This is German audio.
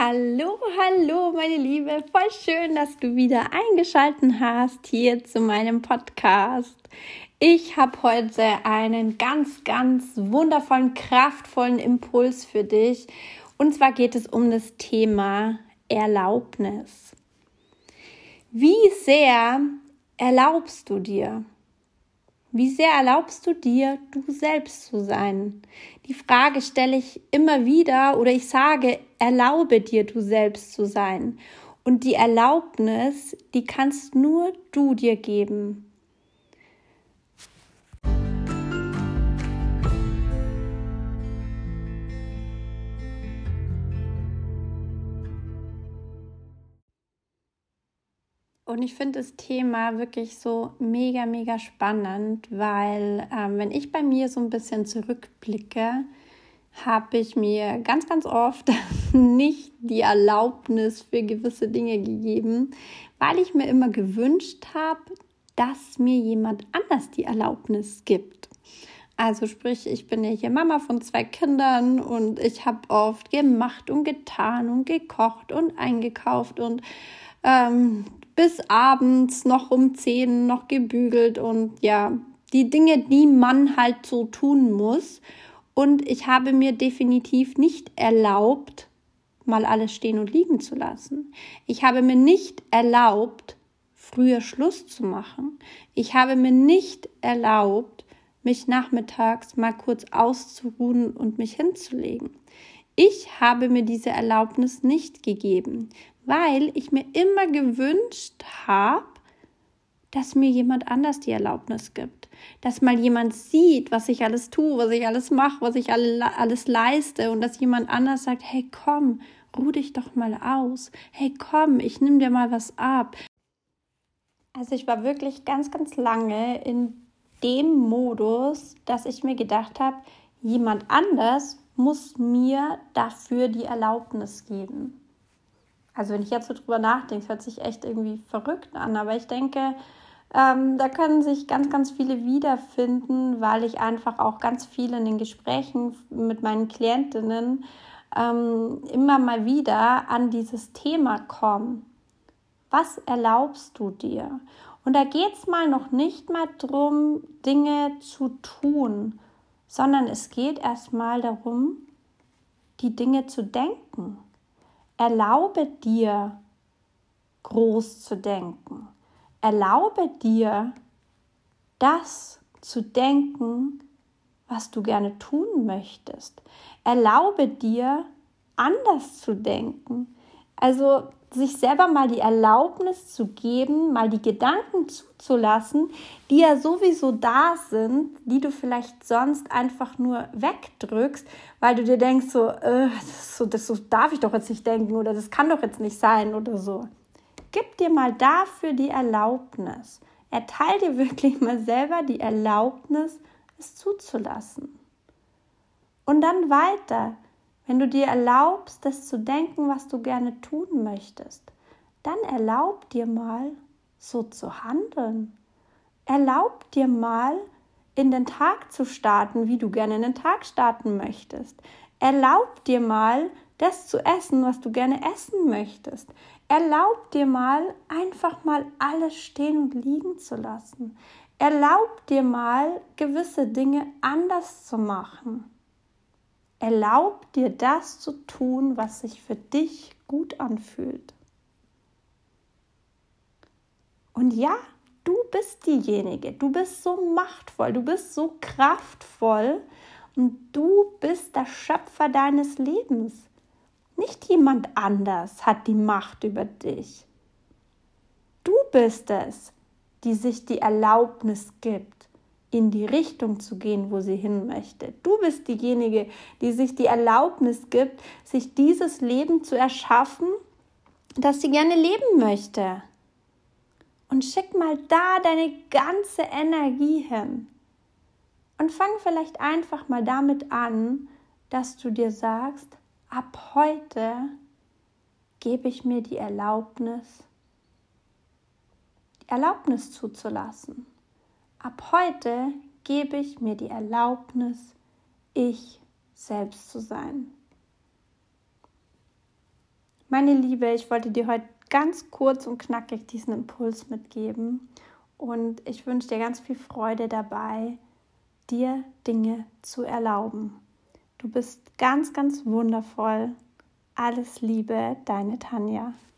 Hallo, hallo meine Liebe, voll schön, dass du wieder eingeschaltet hast hier zu meinem Podcast. Ich habe heute einen ganz, ganz wundervollen, kraftvollen Impuls für dich. Und zwar geht es um das Thema Erlaubnis. Wie sehr erlaubst du dir? Wie sehr erlaubst du dir, du selbst zu sein? Die Frage stelle ich immer wieder oder ich sage, erlaube dir, du selbst zu sein. Und die Erlaubnis, die kannst nur du dir geben. Und ich finde das Thema wirklich so mega, mega spannend, weil wenn ich bei mir so ein bisschen zurückblicke, habe ich mir ganz, ganz oft nicht die Erlaubnis für gewisse Dinge gegeben, weil ich mir immer gewünscht habe, dass mir jemand anders die Erlaubnis gibt. Also sprich, ich bin ja hier Mama von 2 Kindern und ich habe oft gemacht und getan und gekocht und eingekauft und bis abends noch um 10 noch gebügelt und ja, die Dinge, die man halt so tun muss. Und ich habe mir definitiv nicht erlaubt, mal alles stehen und liegen zu lassen. Ich habe mir nicht erlaubt, früher Schluss zu machen. Ich habe mir nicht erlaubt, mich nachmittags mal kurz auszuruhen und mich hinzulegen. Ich habe mir diese Erlaubnis nicht gegeben, weil ich mir immer gewünscht habe, dass mir jemand anders die Erlaubnis gibt. Dass mal jemand sieht, was ich alles tue, was ich alles mache, was ich alles leiste und dass jemand anders sagt, hey komm, ruh dich doch mal aus. Hey komm, ich nehme dir mal was ab. Also ich war wirklich ganz, ganz lange in dem Modus, dass ich mir gedacht habe, jemand anders muss mir dafür die Erlaubnis geben. Also wenn ich jetzt so drüber nachdenke, es hört sich echt irgendwie verrückt an, aber ich denke, da können sich ganz, ganz viele wiederfinden, weil ich einfach auch ganz viel in den Gesprächen mit meinen Klientinnen immer mal wieder an dieses Thema komme. Was erlaubst du dir? Und da geht es mal noch nicht mal darum, Dinge zu tun, sondern es geht erstmal darum, die Dinge zu denken. Erlaube dir, groß zu denken. Erlaube dir, das zu denken, was du gerne tun möchtest. Erlaube dir, anders zu denken. Also sich selber mal die Erlaubnis zu geben, mal die Gedanken zuzulassen, die ja sowieso da sind, die du vielleicht sonst einfach nur wegdrückst, weil du dir denkst, das darf ich doch jetzt nicht denken oder das kann doch jetzt nicht sein oder so. Gib dir mal dafür die Erlaubnis. Erteil dir wirklich mal selber die Erlaubnis, es zuzulassen. Und dann weiter. Wenn du dir erlaubst, das zu denken, was du gerne tun möchtest, dann erlaub dir mal, so zu handeln. Erlaub dir mal, in den Tag zu starten, wie du gerne in den Tag starten möchtest. Erlaub dir mal, das zu essen, was du gerne essen möchtest. Erlaub dir mal, einfach mal alles stehen und liegen zu lassen. Erlaub dir mal, gewisse Dinge anders zu machen. Erlaub dir das zu tun, was sich für dich gut anfühlt. Und ja, du bist diejenige, du bist so machtvoll, du bist so kraftvoll und du bist der Schöpfer deines Lebens. Nicht jemand anders hat die Macht über dich. Du bist es, die sich die Erlaubnis gibt, in die Richtung zu gehen, wo sie hin möchte. Du bist diejenige, die sich die Erlaubnis gibt, sich dieses Leben zu erschaffen, das sie gerne leben möchte. Und schick mal da deine ganze Energie hin. Und fang vielleicht einfach mal damit an, dass du dir sagst, ab heute gebe ich mir die Erlaubnis zuzulassen. Ab heute gebe ich mir die Erlaubnis, ich selbst zu sein. Meine Liebe, ich wollte dir heute ganz kurz und knackig diesen Impuls mitgeben und ich wünsche dir ganz viel Freude dabei, dir Dinge zu erlauben. Du bist ganz, ganz wundervoll. Alles Liebe, deine Tanja.